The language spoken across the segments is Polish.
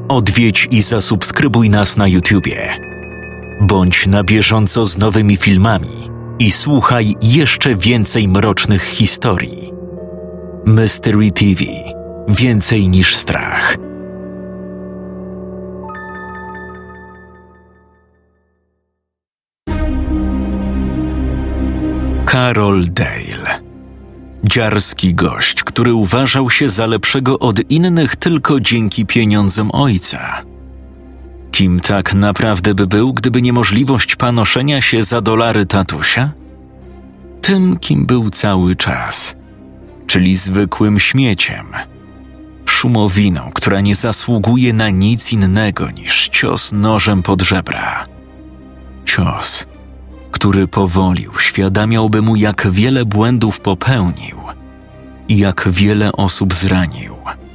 Odwiedź i zasubskrybuj nas na YouTubie. Bądź na bieżąco z nowymi filmami i słuchaj jeszcze więcej mrocznych historii. Mystery TV. Więcej niż strach. Carol Dale. Dziarski gość, który uważał się za lepszego od innych tylko dzięki pieniądzom ojca. Kim tak naprawdę by był, gdyby nie możliwość panoszenia się za dolary tatusia? Tym, kim był cały czas, czyli zwykłym śmieciem. Szumowiną, która nie zasługuje na nic innego niż cios nożem pod żebra. Cios, który powoli uświadamiałby mu, jak wiele błędów popełnił i jak wiele osób zranił.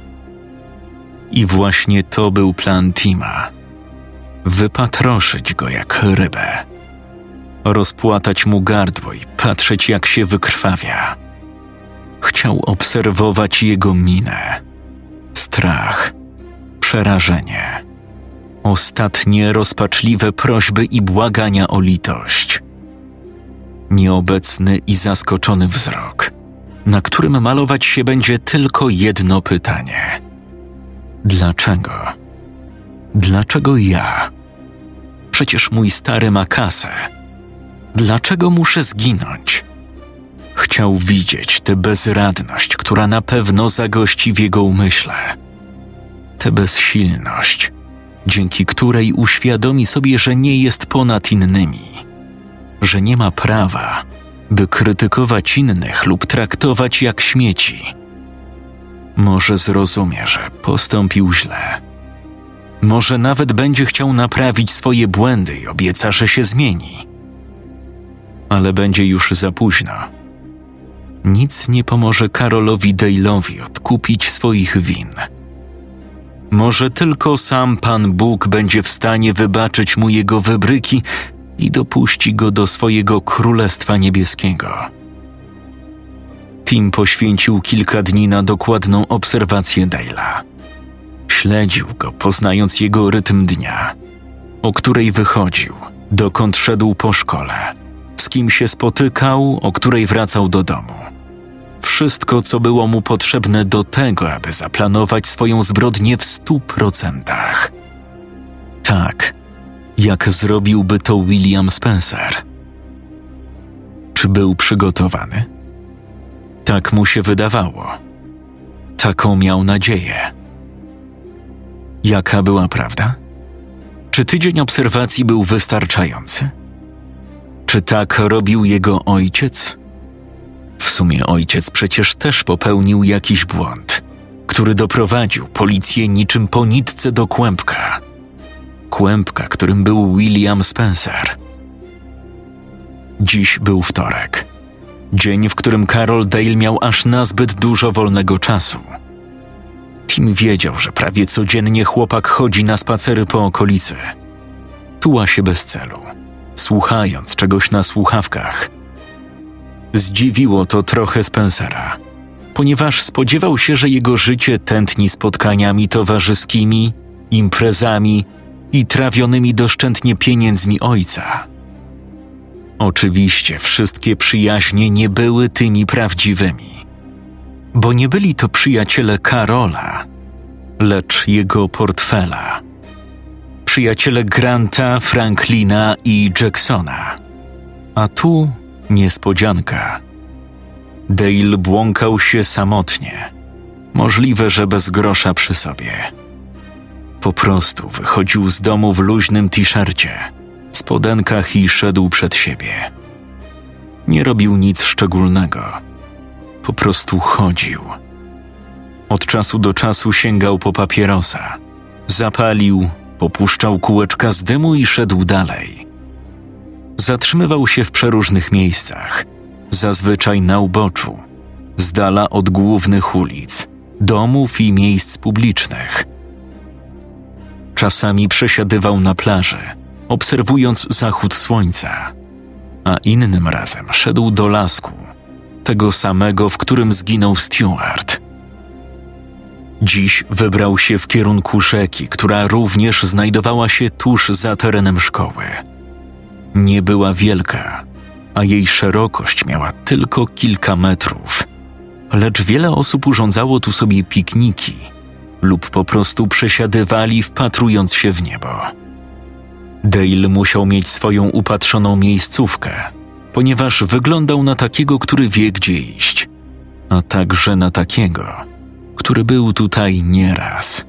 I właśnie to był plan Tima. Wypatroszyć go jak rybę. Rozpłatać mu gardło i patrzeć, jak się wykrwawia. Chciał obserwować jego minę. Strach, przerażenie. Ostatnie rozpaczliwe prośby i błagania o litość. Nieobecny i zaskoczony wzrok, na którym malować się będzie tylko jedno pytanie. Dlaczego? Dlaczego ja? Przecież mój stary ma kasę. Dlaczego muszę zginąć? Chciał widzieć tę bezradność, która na pewno zagości w jego umyśle. Tę bezsilność, dzięki której uświadomi sobie, że nie jest ponad innymi, że nie ma prawa, by krytykować innych lub traktować jak śmieci. Może zrozumie, że postąpił źle. Może nawet będzie chciał naprawić swoje błędy i obieca, że się zmieni. Ale będzie już za późno. Nic nie pomoże Carolowi Dale'owi odkupić swoich win. Może tylko sam Pan Bóg będzie w stanie wybaczyć mu jego wybryki i dopuści go do swojego Królestwa Niebieskiego. Tim poświęcił kilka dni na dokładną obserwację Dale'a. Śledził go, poznając jego rytm dnia, o której wychodził, dokąd szedł po szkole, z kim się spotykał, o której wracał do domu. Wszystko, co było mu potrzebne do tego, aby zaplanować swoją zbrodnię w 100%. Tak, jak zrobiłby to William Spencer. Czy był przygotowany? Tak mu się wydawało. Taką miał nadzieję. Jaka była prawda? Czy tydzień obserwacji był wystarczający? Czy tak robił jego ojciec? W sumie ojciec przecież też popełnił jakiś błąd, który doprowadził policję niczym po nitce do kłębka. Kłębka, którym był William Spencer. Dziś był wtorek. Dzień, w którym Carol Dale miał aż nazbyt dużo wolnego czasu. Tim wiedział, że prawie codziennie chłopak chodzi na spacery po okolicy. Tuła się bez celu, słuchając czegoś na słuchawkach. Zdziwiło to trochę Spencera, ponieważ spodziewał się, że jego życie tętni spotkaniami towarzyskimi, imprezami i trawionymi doszczętnie pieniędzmi ojca. Oczywiście wszystkie przyjaźnie nie były tymi prawdziwymi, bo nie byli to przyjaciele Karola, lecz jego portfela. Przyjaciele Granta, Franklina i Jacksona. A tu niespodzianka. Dale błąkał się samotnie. Możliwe, że bez grosza przy sobie. Po prostu wychodził z domu w luźnym t-shircie, spodenkach i szedł przed siebie. Nie robił nic szczególnego. Po prostu chodził. Od czasu do czasu sięgał po papierosa. Zapalił, popuszczał kółeczka z dymu i szedł dalej. Zatrzymywał się w przeróżnych miejscach, zazwyczaj na uboczu, z dala od głównych ulic, domów i miejsc publicznych. Czasami przesiadywał na plaży, obserwując zachód słońca, a innym razem szedł do lasku, tego samego, w którym zginął Stuart. Dziś wybrał się w kierunku rzeki, która również znajdowała się tuż za terenem szkoły. Nie była wielka, a jej szerokość miała tylko kilka metrów, lecz wiele osób urządzało tu sobie pikniki lub po prostu przesiadywali, wpatrując się w niebo. Dale musiał mieć swoją upatrzoną miejscówkę, ponieważ wyglądał na takiego, który wie, gdzie iść, a także na takiego, który był tutaj nieraz.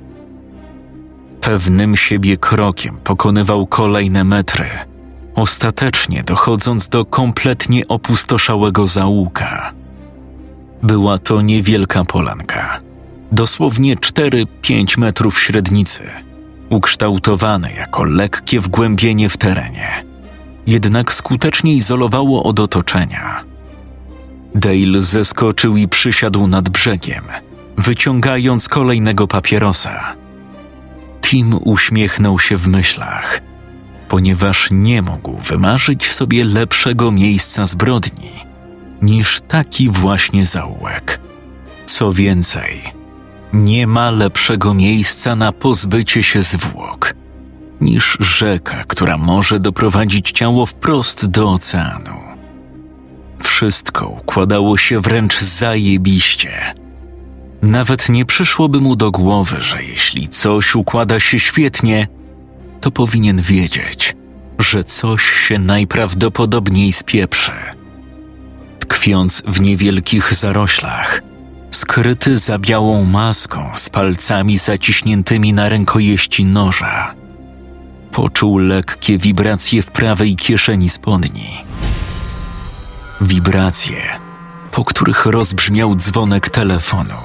Pewnym siebie krokiem pokonywał kolejne metry, ostatecznie dochodząc do kompletnie opustoszałego zaułka. Była to niewielka polanka, dosłownie 4-5 metrów średnicy, ukształtowane jako lekkie wgłębienie w terenie, jednak skutecznie izolowało od otoczenia. Dale zeskoczył i przysiadł nad brzegiem, wyciągając kolejnego papierosa. Tim uśmiechnął się w myślach, ponieważ nie mógł wymarzyć sobie lepszego miejsca zbrodni niż taki właśnie zaułek. Co więcej, nie ma lepszego miejsca na pozbycie się zwłok niż rzeka, która może doprowadzić ciało wprost do oceanu. Wszystko układało się wręcz zajebiście. Nawet nie przyszłoby mu do głowy, że jeśli coś układa się świetnie, to powinien wiedzieć, że coś się najprawdopodobniej spieprzy. Tkwiąc w niewielkich zaroślach, skryty za białą maską z palcami zaciśniętymi na rękojeści noża, poczuł lekkie wibracje w prawej kieszeni spodni. Wibracje, po których rozbrzmiał dzwonek telefonu.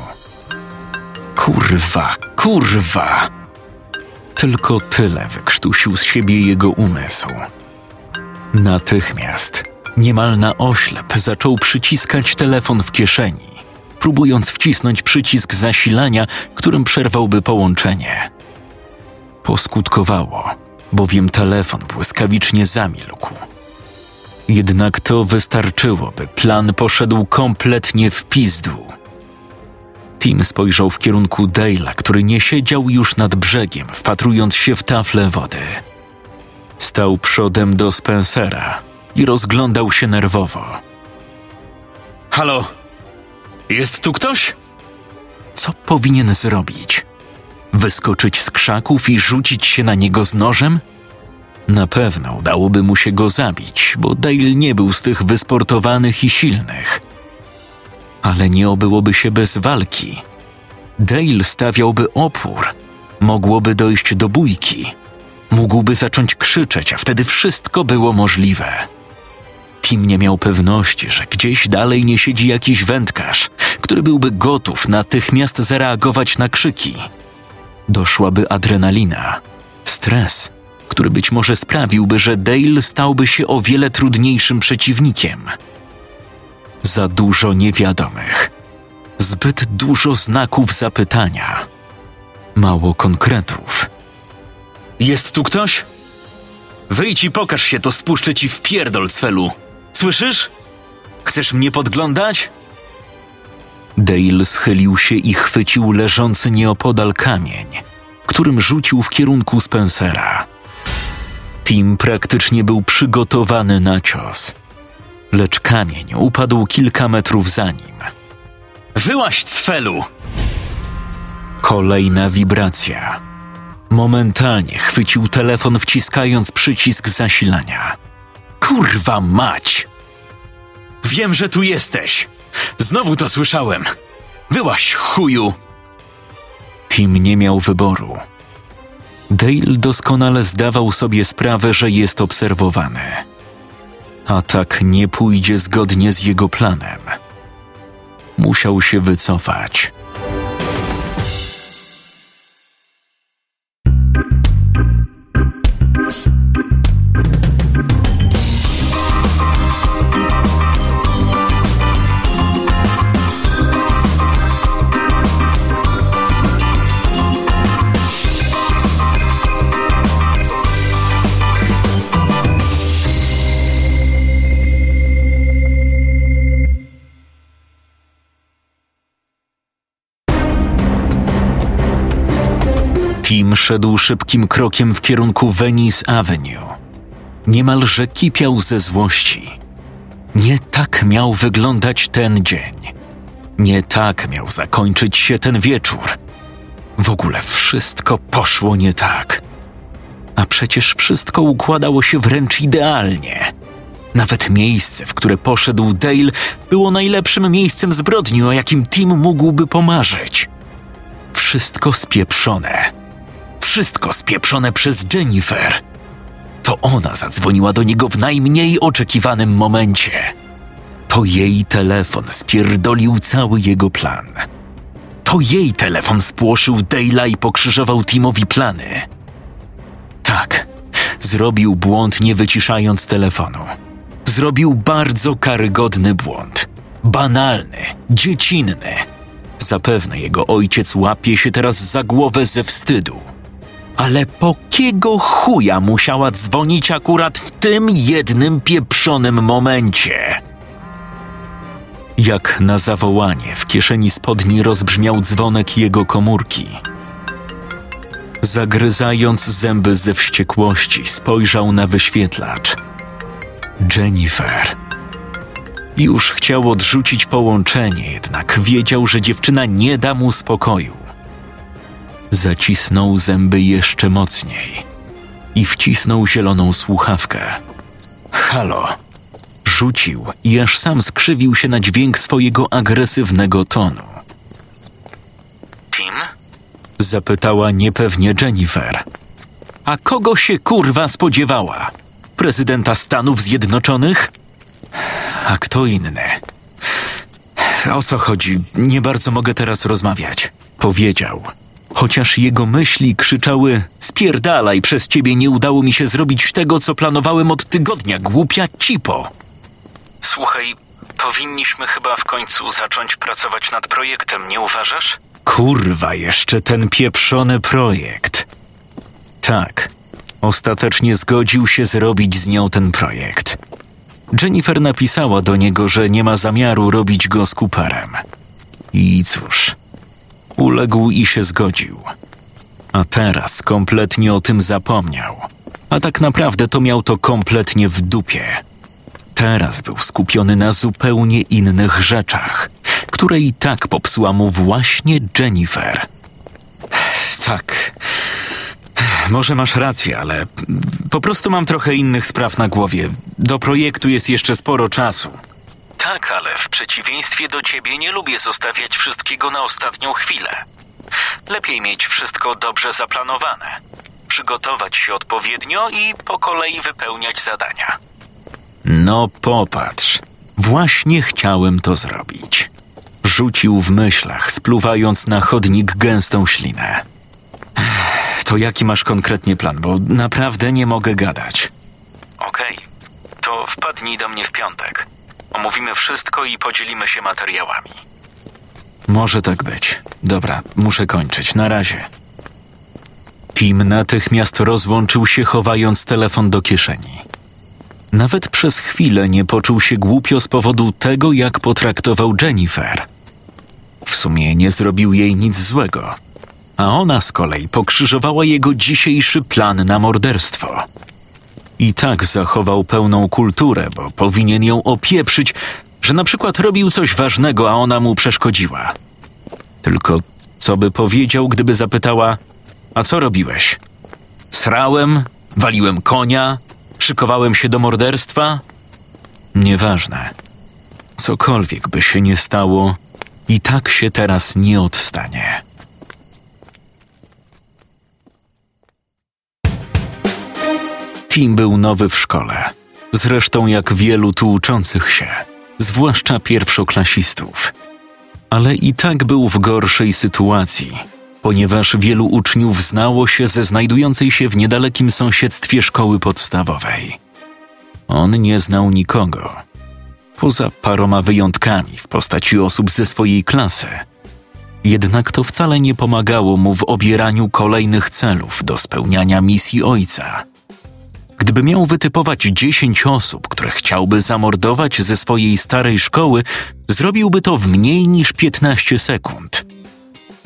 Kurwa! Tylko tyle wykrztusił z siebie jego umysł. Natychmiast, niemal na oślep, zaczął przyciskać telefon w kieszeni, próbując wcisnąć przycisk zasilania, którym przerwałby połączenie. Poskutkowało, bowiem telefon błyskawicznie zamilkł. Jednak to wystarczyło, by plan poszedł kompletnie w pizdu. Tim spojrzał w kierunku Dale'a, który nie siedział już nad brzegiem, wpatrując się w taflę wody. Stał przodem do Spencera i rozglądał się nerwowo. Halo? Jest tu ktoś? Co powinien zrobić? Wyskoczyć z krzaków i rzucić się na niego z nożem? Na pewno udałoby mu się go zabić, bo Dale nie był z tych wysportowanych i silnych. Ale nie obyłoby się bez walki. Dale stawiałby opór. Mogłoby dojść do bójki. Mógłby zacząć krzyczeć, a wtedy wszystko było możliwe. Tim nie miał pewności, że gdzieś dalej nie siedzi jakiś wędkarz, który byłby gotów natychmiast zareagować na krzyki. Doszłaby adrenalina, stres, który być może sprawiłby, że Dale stałby się o wiele trudniejszym przeciwnikiem. Za dużo niewiadomych, zbyt dużo znaków zapytania, mało konkretów. Jest tu ktoś? Wyjdź i pokaż się, to spuszczę ci w pierdol, cwelu. Słyszysz? Chcesz mnie podglądać? Dale schylił się i chwycił leżący nieopodal kamień, którym rzucił w kierunku Spencera. Tim praktycznie był przygotowany na cios, lecz kamień upadł kilka metrów za nim. Wyłaź, cwelu! Kolejna wibracja. Momentalnie chwycił telefon, wciskając przycisk zasilania. Kurwa mać! Wiem, że tu jesteś! Znowu to słyszałem! Wyłaź, chuju! Tim nie miał wyboru. Dale doskonale zdawał sobie sprawę, że jest obserwowany. Atak nie pójdzie zgodnie z jego planem. Musiał się wycofać. Tim szedł szybkim krokiem w kierunku Venice Avenue. Niemalże kipiał ze złości. Nie tak miał wyglądać ten dzień. Nie tak miał zakończyć się ten wieczór. W ogóle wszystko poszło nie tak. A przecież wszystko układało się wręcz idealnie. Nawet miejsce, w które poszedł Dale, było najlepszym miejscem zbrodni, o jakim Tim mógłby pomarzyć. Wszystko spieprzone. Wszystko spieprzone przez Jennifer. To ona zadzwoniła do niego w najmniej oczekiwanym momencie. To jej telefon spierdolił cały jego plan. To jej telefon spłoszył Dale'a i pokrzyżował Timowi plany. Tak, zrobił błąd, nie wyciszając telefonu. Zrobił bardzo karygodny błąd. Banalny, dziecinny. Zapewne jego ojciec łapie się teraz za głowę ze wstydu. Ale po kiego chuja musiała dzwonić akurat w tym jednym pieprzonym momencie? Jak na zawołanie w kieszeni spodni rozbrzmiał dzwonek jego komórki. Zagryzając zęby ze wściekłości, spojrzał na wyświetlacz. Jennifer. Już chciał odrzucić połączenie, jednak wiedział, że dziewczyna nie da mu spokoju. Zacisnął zęby jeszcze mocniej i wcisnął zieloną słuchawkę. Halo. Rzucił i aż sam skrzywił się na dźwięk swojego agresywnego tonu. Tim? Zapytała niepewnie Jennifer. A kogo się kurwa spodziewała? Prezydenta Stanów Zjednoczonych? A kto inny? O co chodzi? Nie bardzo mogę teraz rozmawiać, powiedział. Chociaż jego myśli krzyczały: spierdalaj, przez ciebie nie udało mi się zrobić tego, co planowałem od tygodnia, głupia cipo. Słuchaj, powinniśmy chyba w końcu zacząć pracować nad projektem, nie uważasz? Kurwa, jeszcze ten pieprzony projekt. Tak, ostatecznie zgodził się zrobić z nią ten projekt. Jennifer napisała do niego, że nie ma zamiaru robić go z Cooperem. I cóż, uległ i się zgodził. A teraz kompletnie o tym zapomniał. A tak naprawdę to miał to kompletnie w dupie. Teraz był skupiony na zupełnie innych rzeczach, które i tak popsuła mu właśnie Jennifer. Tak, może masz rację, ale po prostu mam trochę innych spraw na głowie. Do projektu jest jeszcze sporo czasu. Tak, ale w przeciwieństwie do ciebie nie lubię zostawiać wszystkiego na ostatnią chwilę. Lepiej mieć wszystko dobrze zaplanowane, przygotować się odpowiednio i po kolei wypełniać zadania. No popatrz, właśnie chciałem to zrobić. Rzucił w myślach, spluwając na chodnik gęstą ślinę. To jaki masz konkretnie plan, bo naprawdę nie mogę gadać. Okej, to wpadnij do mnie w piątek. Omówimy wszystko i podzielimy się materiałami. Może tak być. Dobra, muszę kończyć. Na razie. Tim natychmiast rozłączył się, chowając telefon do kieszeni. Nawet przez chwilę nie poczuł się głupio z powodu tego, jak potraktował Jennifer. W sumie nie zrobił jej nic złego, a ona z kolei pokrzyżowała jego dzisiejszy plan na morderstwo. I tak zachował pełną kulturę, bo powinien ją opieprzyć, że na przykład robił coś ważnego, a ona mu przeszkodziła. Tylko co by powiedział, gdyby zapytała: a co robiłeś? Srałem? Waliłem konia? Szykowałem się do morderstwa? Nieważne. Cokolwiek by się nie stało, i tak się teraz nie odstanie. Tim był nowy w szkole. Zresztą jak wielu tu uczących się, zwłaszcza pierwszoklasistów. Ale i tak był w gorszej sytuacji, ponieważ wielu uczniów znało się ze znajdującej się w niedalekim sąsiedztwie szkoły podstawowej. On nie znał nikogo, poza paroma wyjątkami w postaci osób ze swojej klasy. Jednak to wcale nie pomagało mu w obieraniu kolejnych celów do spełniania misji ojca. Gdyby miał wytypować 10 osób, które chciałby zamordować ze swojej starej szkoły, zrobiłby to w mniej niż 15 sekund.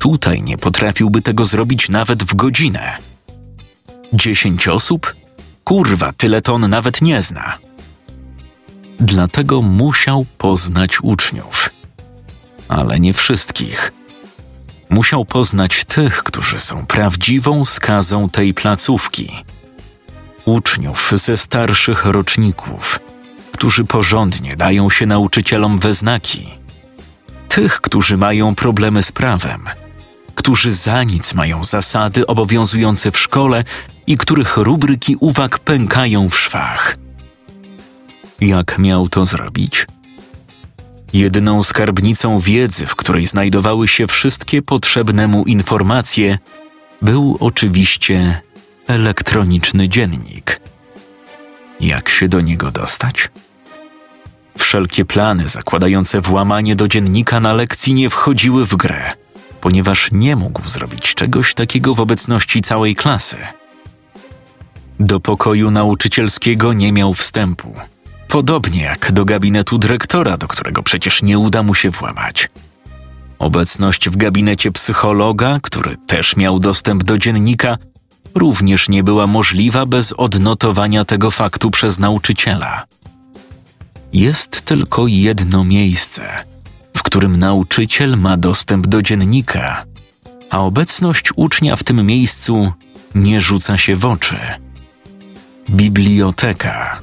Tutaj nie potrafiłby tego zrobić nawet w godzinę. 10 osób? Kurwa, tyle to on nawet nie zna. Dlatego musiał poznać uczniów. Ale nie wszystkich. Musiał poznać tych, którzy są prawdziwą skazą tej placówki. Uczniów ze starszych roczników, którzy porządnie dają się nauczycielom we znaki. Tych, którzy mają problemy z prawem, którzy za nic mają zasady obowiązujące w szkole i których rubryki uwag pękają w szwach. Jak miał to zrobić? Jedyną skarbnicą wiedzy, w której znajdowały się wszystkie potrzebne mu informacje, był oczywiście elektroniczny dziennik. Jak się do niego dostać? Wszelkie plany zakładające włamanie do dziennika na lekcji nie wchodziły w grę, ponieważ nie mógł zrobić czegoś takiego w obecności całej klasy. Do pokoju nauczycielskiego nie miał wstępu, podobnie jak do gabinetu dyrektora, do którego przecież nie uda mu się włamać. Obecność w gabinecie psychologa, który też miał dostęp do dziennika, również nie była możliwa bez odnotowania tego faktu przez nauczyciela. Jest tylko jedno miejsce, w którym nauczyciel ma dostęp do dziennika, a obecność ucznia w tym miejscu nie rzuca się w oczy. Biblioteka.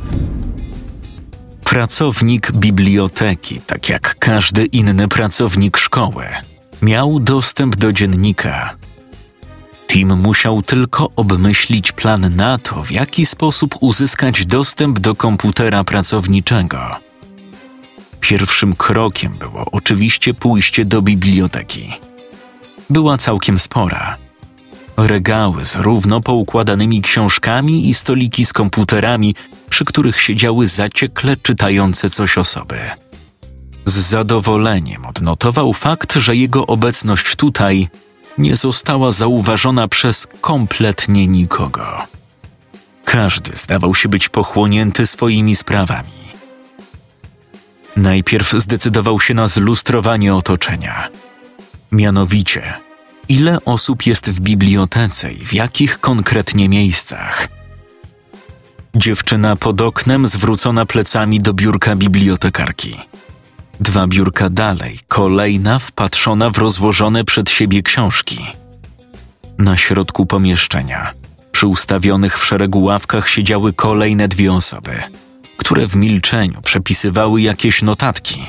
Pracownik biblioteki, tak jak każdy inny pracownik szkoły, miał dostęp do dziennika. Tim musiał tylko obmyślić plan na to, w jaki sposób uzyskać dostęp do komputera pracowniczego. Pierwszym krokiem było oczywiście pójście do biblioteki. Była całkiem spora. Regały z równo poukładanymi książkami i stoliki z komputerami, przy których siedziały zaciekle czytające coś osoby. Z zadowoleniem odnotował fakt, że jego obecność tutaj nie została zauważona przez kompletnie nikogo. Każdy zdawał się być pochłonięty swoimi sprawami. Najpierw zdecydował się na zlustrowanie otoczenia. Mianowicie, ile osób jest w bibliotece i w jakich konkretnie miejscach. Dziewczyna pod oknem zwrócona plecami do biurka bibliotekarki. 2 biurka dalej, kolejna wpatrzona w rozłożone przed siebie książki. Na środku pomieszczenia, przy ustawionych w szeregu ławkach siedziały kolejne 2 osoby, które w milczeniu przepisywały jakieś notatki.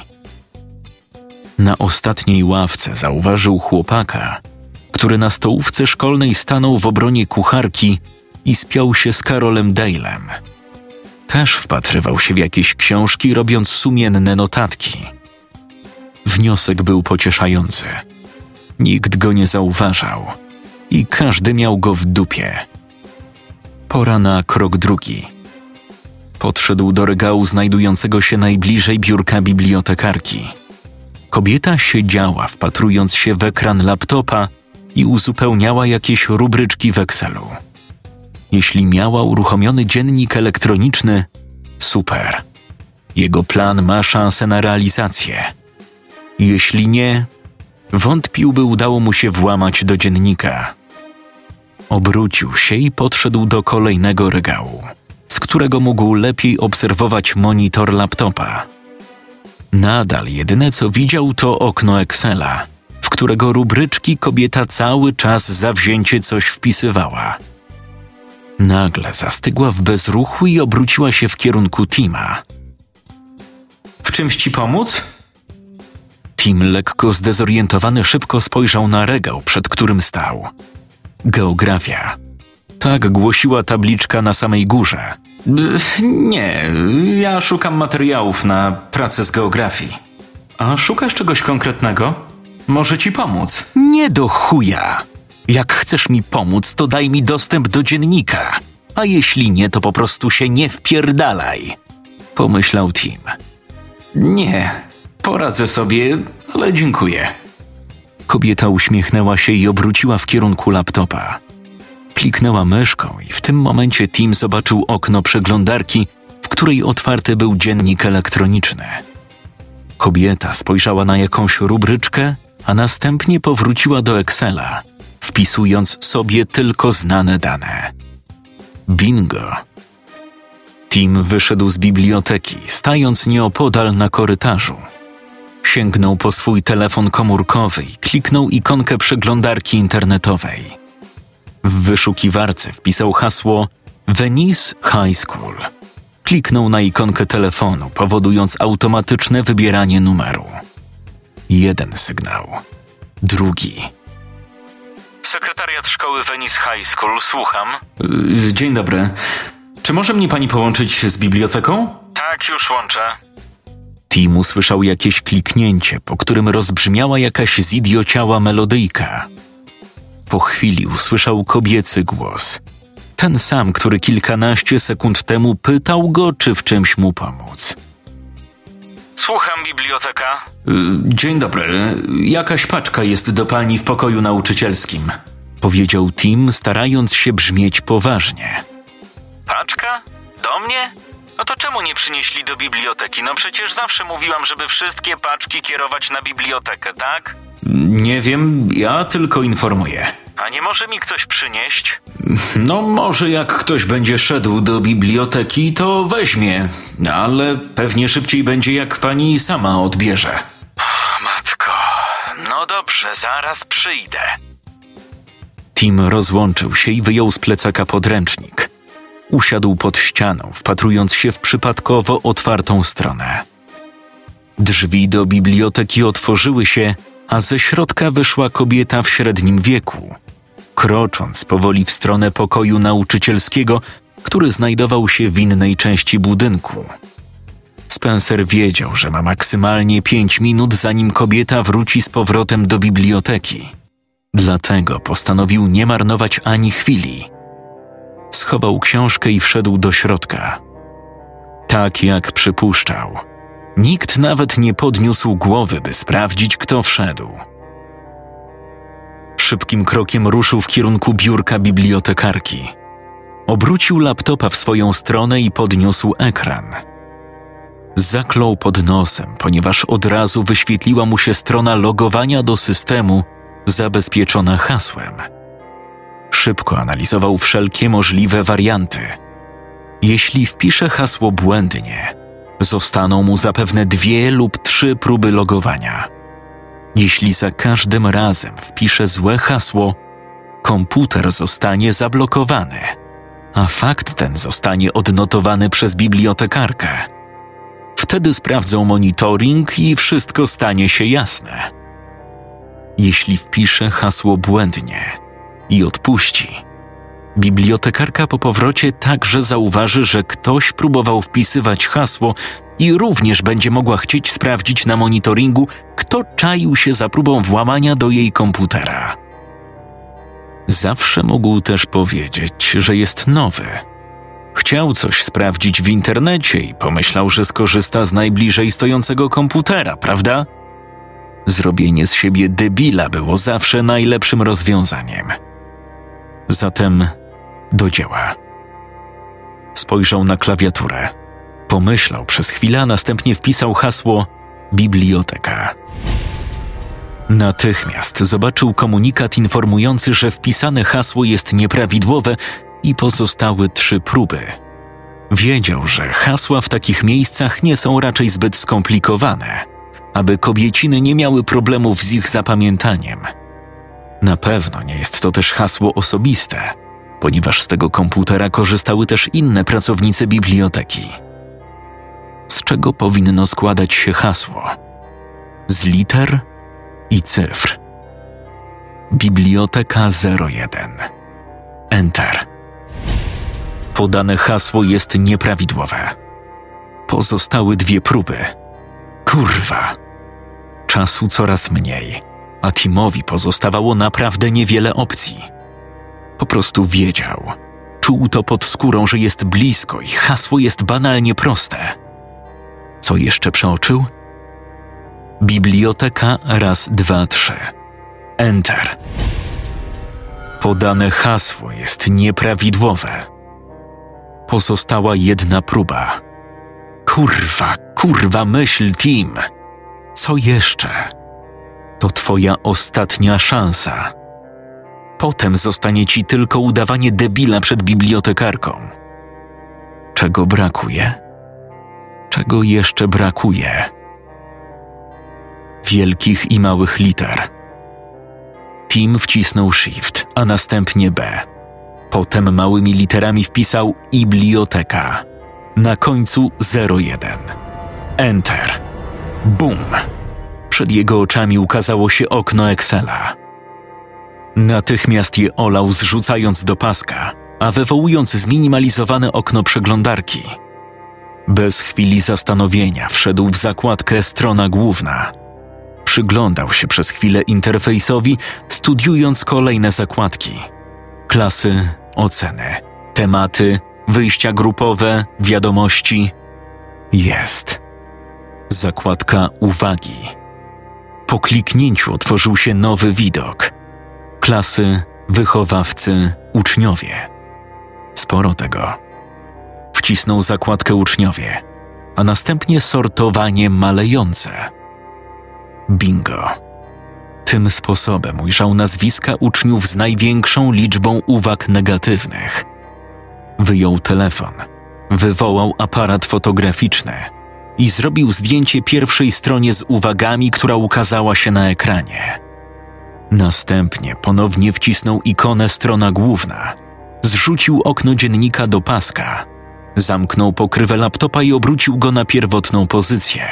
Na ostatniej ławce zauważył chłopaka, który na stołówce szkolnej stanął w obronie kucharki i spiął się z Karolem Dale'em. Też wpatrywał się w jakieś książki, robiąc sumienne notatki. Wniosek był pocieszający. Nikt go nie zauważał i każdy miał go w dupie. Pora na krok drugi. Podszedł do regału znajdującego się najbliżej biurka bibliotekarki. Kobieta siedziała, wpatrując się w ekran laptopa i uzupełniała jakieś rubryczki w Excelu. Jeśli miała uruchomiony dziennik elektroniczny, super. Jego plan ma szansę na realizację. Jeśli nie, wątpił, by udało mu się włamać do dziennika. Obrócił się i podszedł do kolejnego regału, z którego mógł lepiej obserwować monitor laptopa. Nadal jedyne co widział to okno Excela, w którego rubryczki kobieta cały czas zawzięcie coś wpisywała. Nagle zastygła w bezruchu i obróciła się w kierunku Tima. W czymś ci pomóc? Tim, lekko zdezorientowany, szybko spojrzał na regał, przed którym stał. Geografia. Tak głosiła tabliczka na samej górze. Nie, ja szukam materiałów na pracę z geografii. A szukasz czegoś konkretnego? Może ci pomóc? Nie do chuja. Jak chcesz mi pomóc, to daj mi dostęp do dziennika. A jeśli nie, to po prostu się nie wpierdalaj. Pomyślał Tim. Nie, poradzę sobie, ale dziękuję. Kobieta uśmiechnęła się i obróciła w kierunku laptopa. Kliknęła myszką i w tym momencie Tim zobaczył okno przeglądarki, w której otwarty był dziennik elektroniczny. Kobieta spojrzała na jakąś rubryczkę, a następnie powróciła do Excela, wpisując sobie tylko znane dane. Bingo! Tim wyszedł z biblioteki, stając nieopodal na korytarzu. Sięgnął po swój telefon komórkowy i kliknął ikonkę przeglądarki internetowej. W wyszukiwarce wpisał hasło Venice High School. Kliknął na ikonkę telefonu, powodując automatyczne wybieranie numeru. Jeden sygnał. Drugi. Sekretariat szkoły Venice High School, słucham. Dzień dobry. Czy może mnie pani połączyć z biblioteką? Tak, już łączę. Tim usłyszał jakieś kliknięcie, po którym rozbrzmiała jakaś zidiociała melodyjka. Po chwili usłyszał kobiecy głos. Ten sam, który kilkanaście sekund temu pytał go, czy w czymś mu pomóc. Słucham, biblioteka. Dzień dobry. Jakaś paczka jest do pani w pokoju nauczycielskim, powiedział Tim, starając się brzmieć poważnie. Paczka? Do mnie? No to czemu nie przynieśli do biblioteki? No przecież zawsze mówiłam, żeby wszystkie paczki kierować na bibliotekę, tak? Nie wiem, ja tylko informuję. A nie może mi ktoś przynieść? No może jak ktoś będzie szedł do biblioteki, to weźmie, ale pewnie szybciej będzie, jak pani sama odbierze. Matko, no dobrze, zaraz przyjdę. Tim rozłączył się i wyjął z plecaka podręcznik. Usiadł pod ścianą, wpatrując się w przypadkowo otwartą stronę. Drzwi do biblioteki otworzyły się, a ze środka wyszła kobieta w średnim wieku, krocząc powoli w stronę pokoju nauczycielskiego, który znajdował się w innej części budynku. Spencer wiedział, że ma maksymalnie 5 minut, zanim kobieta wróci z powrotem do biblioteki. Dlatego postanowił nie marnować ani chwili. Schował książkę i wszedł do środka. Tak jak przypuszczał. Nikt nawet nie podniósł głowy, by sprawdzić, kto wszedł. Szybkim krokiem ruszył w kierunku biurka bibliotekarki. Obrócił laptopa w swoją stronę i podniósł ekran. Zaklął pod nosem, ponieważ od razu wyświetliła mu się strona logowania do systemu zabezpieczona hasłem. Szybko analizował wszelkie możliwe warianty. Jeśli wpisze hasło błędnie, zostaną mu zapewne 2 lub 3 próby logowania. Jeśli za każdym razem wpisze złe hasło, komputer zostanie zablokowany, a fakt ten zostanie odnotowany przez bibliotekarkę. Wtedy sprawdzą monitoring i wszystko stanie się jasne. Jeśli wpisze hasło błędnie i odpuści, bibliotekarka po powrocie także zauważy, że ktoś próbował wpisywać hasło i również będzie mogła chcieć sprawdzić na monitoringu, kto czaił się za próbą włamania do jej komputera. Zawsze mógł też powiedzieć, że jest nowy. Chciał coś sprawdzić w internecie i pomyślał, że skorzysta z najbliżej stojącego komputera, prawda? Zrobienie z siebie debila było zawsze najlepszym rozwiązaniem. Zatem do dzieła. Spojrzał na klawiaturę. Pomyślał przez chwilę, a następnie wpisał hasło biblioteka. Natychmiast zobaczył komunikat informujący, że wpisane hasło jest nieprawidłowe i pozostały 3 próby. Wiedział, że hasła w takich miejscach nie są raczej zbyt skomplikowane, aby kobieciny nie miały problemów z ich zapamiętaniem. Na pewno nie jest to też hasło osobiste, ponieważ z tego komputera korzystały też inne pracownice biblioteki. Z czego powinno składać się hasło? Z liter i cyfr. Biblioteka 01. Enter. Podane hasło jest nieprawidłowe. Pozostały 2 próby. Kurwa. Czasu coraz mniej, a Timowi pozostawało naprawdę niewiele opcji. Po prostu wiedział. Czuł to pod skórą, że jest blisko i hasło jest banalnie proste. Co jeszcze przeoczył? Biblioteka 1, 2, 3. Enter. Podane hasło jest nieprawidłowe. Pozostała 1 próba. Kurwa, myśl, Tim. Co jeszcze? To twoja ostatnia szansa. Potem zostanie ci tylko udawanie debila przed bibliotekarką. Czego brakuje? Czego jeszcze brakuje? Wielkich i małych liter. Tim wcisnął Shift, a następnie B. Potem małymi literami wpisał biblioteka. Na końcu 01. Enter. Bum! Przed jego oczami ukazało się okno Excela. Natychmiast je olał, zrzucając do paska, a wywołując zminimalizowane okno przeglądarki. Bez chwili zastanowienia wszedł w zakładkę Strona główna. Przyglądał się przez chwilę interfejsowi, studiując kolejne zakładki. Klasy, oceny, tematy, wyjścia grupowe, wiadomości. Jest. Zakładka uwagi. Po kliknięciu otworzył się nowy widok. Klasy, wychowawcy, uczniowie. Sporo tego. Wcisnął zakładkę uczniowie, a następnie sortowanie malejące. Bingo. Tym sposobem ujrzał nazwiska uczniów z największą liczbą uwag negatywnych. Wyjął telefon, wywołał aparat fotograficzny i zrobił zdjęcie pierwszej stronie z uwagami, która ukazała się na ekranie. Następnie ponownie wcisnął ikonę Strona główna, zrzucił okno dziennika do paska, zamknął pokrywę laptopa i obrócił go na pierwotną pozycję.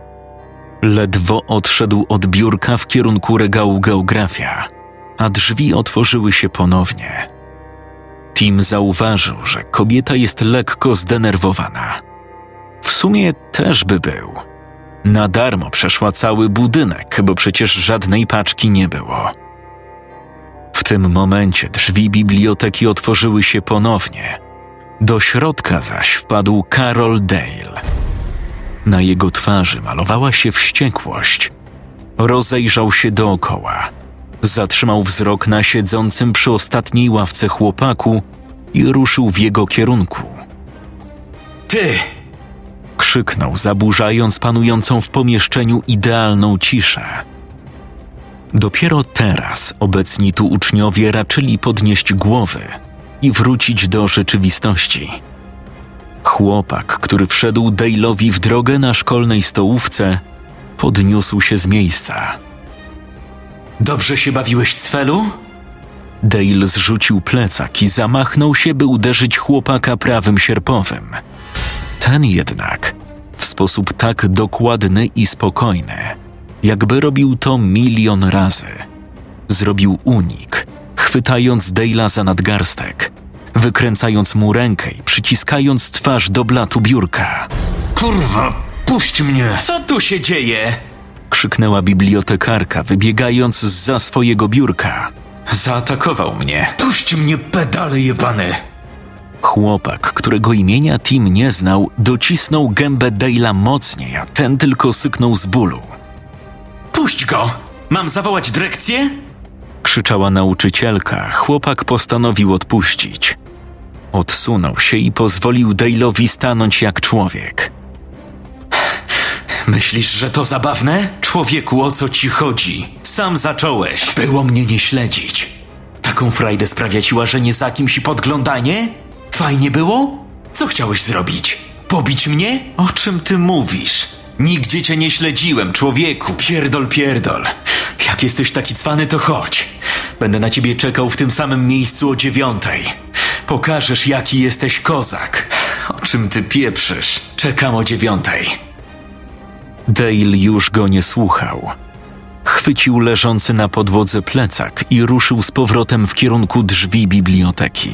Ledwo odszedł od biurka w kierunku regału geografia, a drzwi otworzyły się ponownie. Tim zauważył, że kobieta jest lekko zdenerwowana. W sumie też by był. Na darmo przeszła cały budynek, bo przecież żadnej paczki nie było. W tym momencie drzwi biblioteki otworzyły się ponownie. Do środka zaś wpadł Carol Dale. Na jego twarzy malowała się wściekłość. Rozejrzał się dookoła. Zatrzymał wzrok na siedzącym przy ostatniej ławce chłopaku i ruszył w jego kierunku. Ty! Krzyknął, zaburzając panującą w pomieszczeniu idealną ciszę. Dopiero teraz obecni tu uczniowie raczyli podnieść głowy i wrócić do rzeczywistości. Chłopak, który wszedł Dale'owi w drogę na szkolnej stołówce, podniósł się z miejsca. Dobrze się bawiłeś, Cwelu? Dale zrzucił plecak i zamachnął się, by uderzyć chłopaka prawym sierpowym. Ten jednak, w sposób tak dokładny i spokojny, jakby robił to 1 000 000 razy, zrobił unik, chwytając Dale'a za nadgarstek, wykręcając mu rękę i przyciskając twarz do blatu biurka. Kurwa, puść mnie! Co tu się dzieje? Krzyknęła bibliotekarka, wybiegając zza swojego biurka. Zaatakował mnie. Puść mnie, pedale jebany! Chłopak, którego imienia Tim nie znał, docisnął gębę Dale'a mocniej, a ten tylko syknął z bólu. Puść go! Mam zawołać dyrekcję? Krzyczała nauczycielka. Chłopak postanowił odpuścić. Odsunął się i pozwolił Dale'owi stanąć jak człowiek. Myślisz, że to zabawne? Człowieku, o co ci chodzi? Sam zacząłeś. Było mnie nie śledzić. Taką frajdę sprawia ci łażenie za kimś i podglądanie? Fajnie było? Co chciałeś zrobić? Pobić mnie? O czym ty mówisz? Nigdzie cię nie śledziłem, człowieku. Pierdol. Jak jesteś taki cwany, to chodź. Będę na ciebie czekał w tym samym miejscu o 9:00. Pokażesz, jaki jesteś kozak. O czym ty pieprzysz? Czekam o 9:00. Dale już go nie słuchał. Chwycił leżący na podłodze plecak i ruszył z powrotem w kierunku drzwi biblioteki.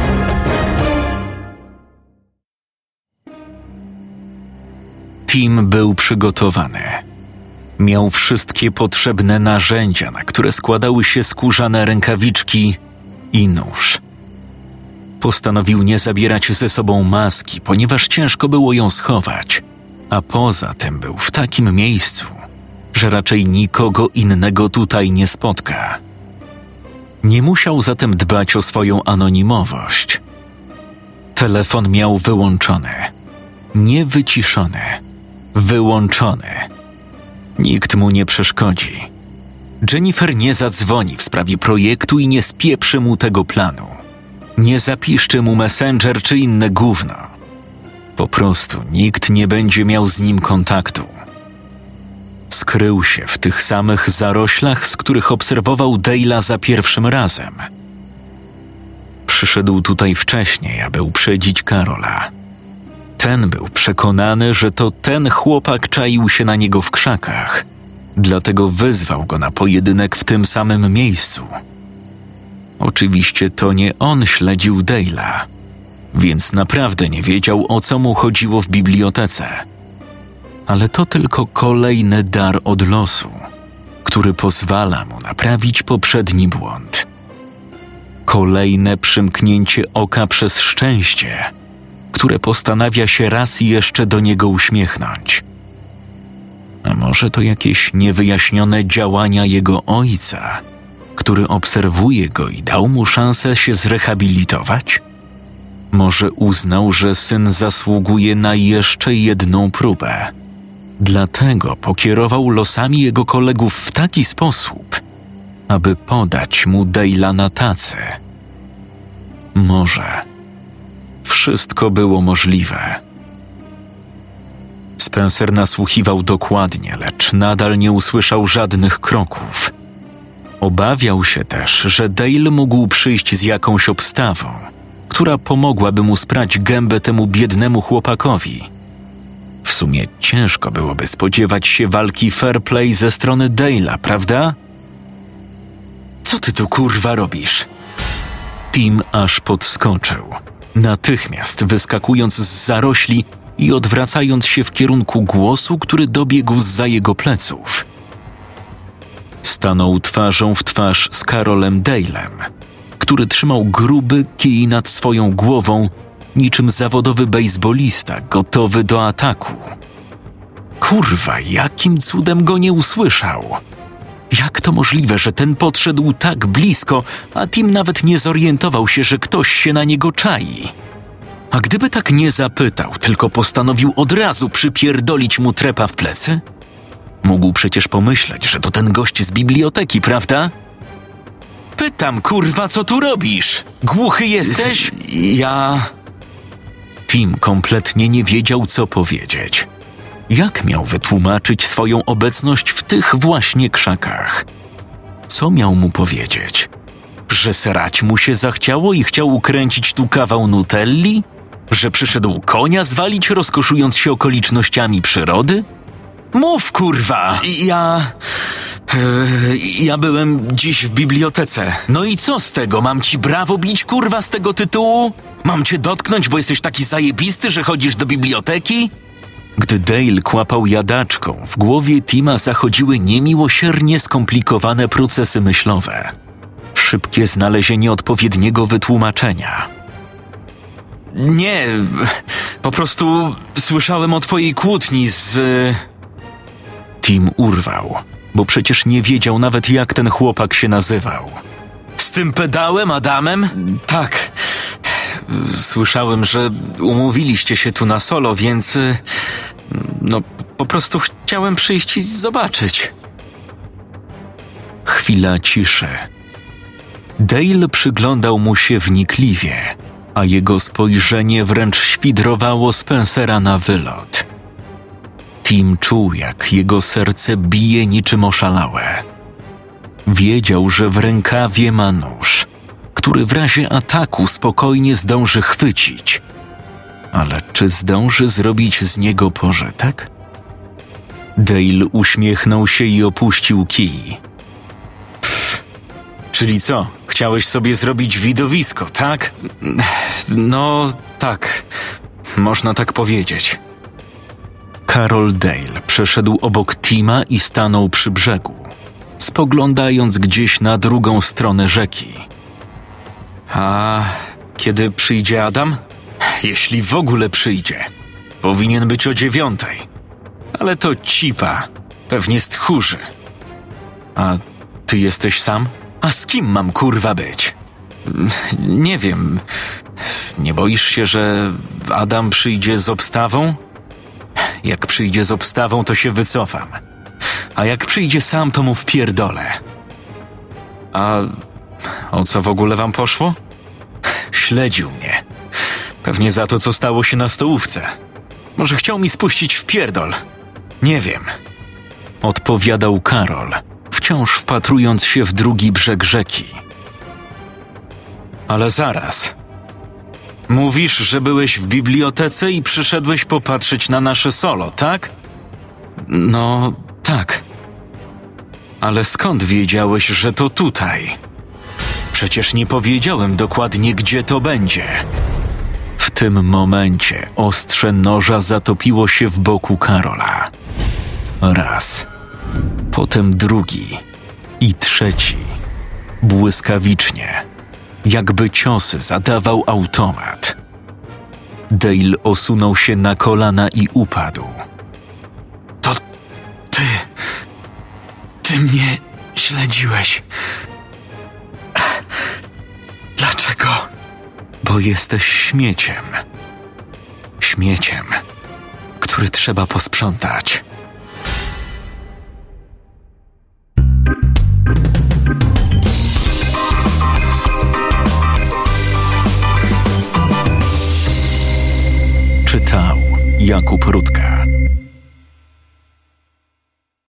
Tim był przygotowany. Miał wszystkie potrzebne narzędzia, na które składały się skórzane rękawiczki i nóż. Postanowił nie zabierać ze sobą maski, ponieważ ciężko było ją schować, a poza tym był w takim miejscu, że raczej nikogo innego tutaj nie spotka. Nie musiał zatem dbać o swoją anonimowość. Telefon miał wyłączony, nie wyciszony, wyłączony. Nikt mu nie przeszkodzi. Jennifer nie zadzwoni w sprawie projektu i nie spieprzy mu tego planu. Nie zapiszczy mu Messenger czy inne gówno. Po prostu nikt nie będzie miał z nim kontaktu. Skrył się w tych samych zaroślach, z których obserwował Dale'a za pierwszym razem. Przyszedł tutaj wcześniej, aby uprzedzić Karola. Ten był przekonany, że to ten chłopak czaił się na niego w krzakach, dlatego wyzwał go na pojedynek w tym samym miejscu. Oczywiście to nie on śledził Dale'a, więc naprawdę nie wiedział, o co mu chodziło w bibliotece. Ale to tylko kolejny dar od losu, który pozwala mu naprawić poprzedni błąd. Kolejne przymknięcie oka przez szczęście, które postanawia się raz jeszcze do niego uśmiechnąć. A może to jakieś niewyjaśnione działania jego ojca, który obserwuje go i dał mu szansę się zrehabilitować? Może uznał, że syn zasługuje na jeszcze jedną próbę. Dlatego pokierował losami jego kolegów w taki sposób, aby podać mu Dale'a na tacy. Może wszystko było możliwe. Spencer nasłuchiwał dokładnie, lecz nadal nie usłyszał żadnych kroków. Obawiał się też, że Dale mógł przyjść z jakąś obstawą, która pomogłaby mu sprać gębę temu biednemu chłopakowi. W sumie ciężko byłoby spodziewać się walki fair play ze strony Dale'a, prawda? Co ty tu kurwa robisz? Tim aż podskoczył, natychmiast wyskakując z zarośli i odwracając się w kierunku głosu, który dobiegł zza jego pleców. Stanął twarzą w twarz z Karolem Dale'em, który trzymał gruby kij nad swoją głową, niczym zawodowy bejsbolista gotowy do ataku. Kurwa, jakim cudem go nie usłyszał? Jak to możliwe, że ten podszedł tak blisko, a Tim nawet nie zorientował się, że ktoś się na niego czai? A gdyby tak nie zapytał, tylko postanowił od razu przypierdolić mu trepa w plecy? Mógł przecież pomyśleć, że to ten gość z biblioteki, prawda? Pytam, kurwa, co tu robisz? Głuchy jesteś? Ja... Tim kompletnie nie wiedział, co powiedzieć. Jak miał wytłumaczyć swoją obecność w tych właśnie krzakach? Co miał mu powiedzieć? Że srać mu się zachciało i chciał ukręcić tu kawał nutelli? Że przyszedł konia zwalić, rozkoszując się okolicznościami przyrody? Mów, kurwa! Ja byłem dziś w bibliotece. No i co z tego? Mam ci brawo bić, kurwa, z tego tytułu? Mam cię dotknąć, bo jesteś taki zajebisty, że chodzisz do biblioteki? Gdy Dale kłapał jadaczką, w głowie Tima zachodziły niemiłosiernie skomplikowane procesy myślowe. Szybkie znalezienie odpowiedniego wytłumaczenia. Nie, po prostu słyszałem o twojej kłótni z... Tim urwał, bo przecież nie wiedział nawet, jak ten chłopak się nazywał. Z tym pedałem, Adamem? Tak. Słyszałem, że umówiliście się tu na solo, więc... No, po prostu chciałem przyjść i zobaczyć. Chwila ciszy. Dale przyglądał mu się wnikliwie, a jego spojrzenie wręcz świdrowało Spencera na wylot. Tim czuł, jak jego serce bije niczym oszalałe. Wiedział, że w rękawie ma nóż, który w razie ataku spokojnie zdąży chwycić. Ale czy zdąży zrobić z niego pożytek? Dale uśmiechnął się i opuścił kij. Czyli co? Chciałeś sobie zrobić widowisko, tak? No, tak. Można tak powiedzieć. Carol Dale przeszedł obok Tima i stanął przy brzegu, spoglądając gdzieś na drugą stronę rzeki. A kiedy przyjdzie Adam? Jeśli w ogóle przyjdzie. Powinien być o 9:00. Ale to cipa. Pewnie stchórzy. A ty jesteś sam? A z kim mam kurwa być? Nie wiem. Nie boisz się, że Adam przyjdzie z obstawą? Jak przyjdzie z obstawą, to się wycofam. A jak przyjdzie sam, to mu wpierdolę. A o co w ogóle wam poszło? Śledził mnie. Pewnie za to, co stało się na stołówce. Może chciał mi spuścić w pierdol. Nie wiem. Odpowiadał Karol, wciąż wpatrując się w drugi brzeg rzeki. Ale zaraz. Mówisz, że byłeś w bibliotece i przyszedłeś popatrzeć na nasze solo, tak? No, tak. Ale skąd wiedziałeś, że to tutaj? Przecież nie powiedziałem dokładnie, gdzie to będzie. W tym momencie ostrze noża zatopiło się w boku Karola. Raz, potem drugi i trzeci. Błyskawicznie, jakby ciosy zadawał automat. Dale osunął się na kolana i upadł. To ty mnie śledziłeś. Dlaczego? Bo jesteś śmieciem. Śmieciem, który trzeba posprzątać. Czytał Jakub Rutka.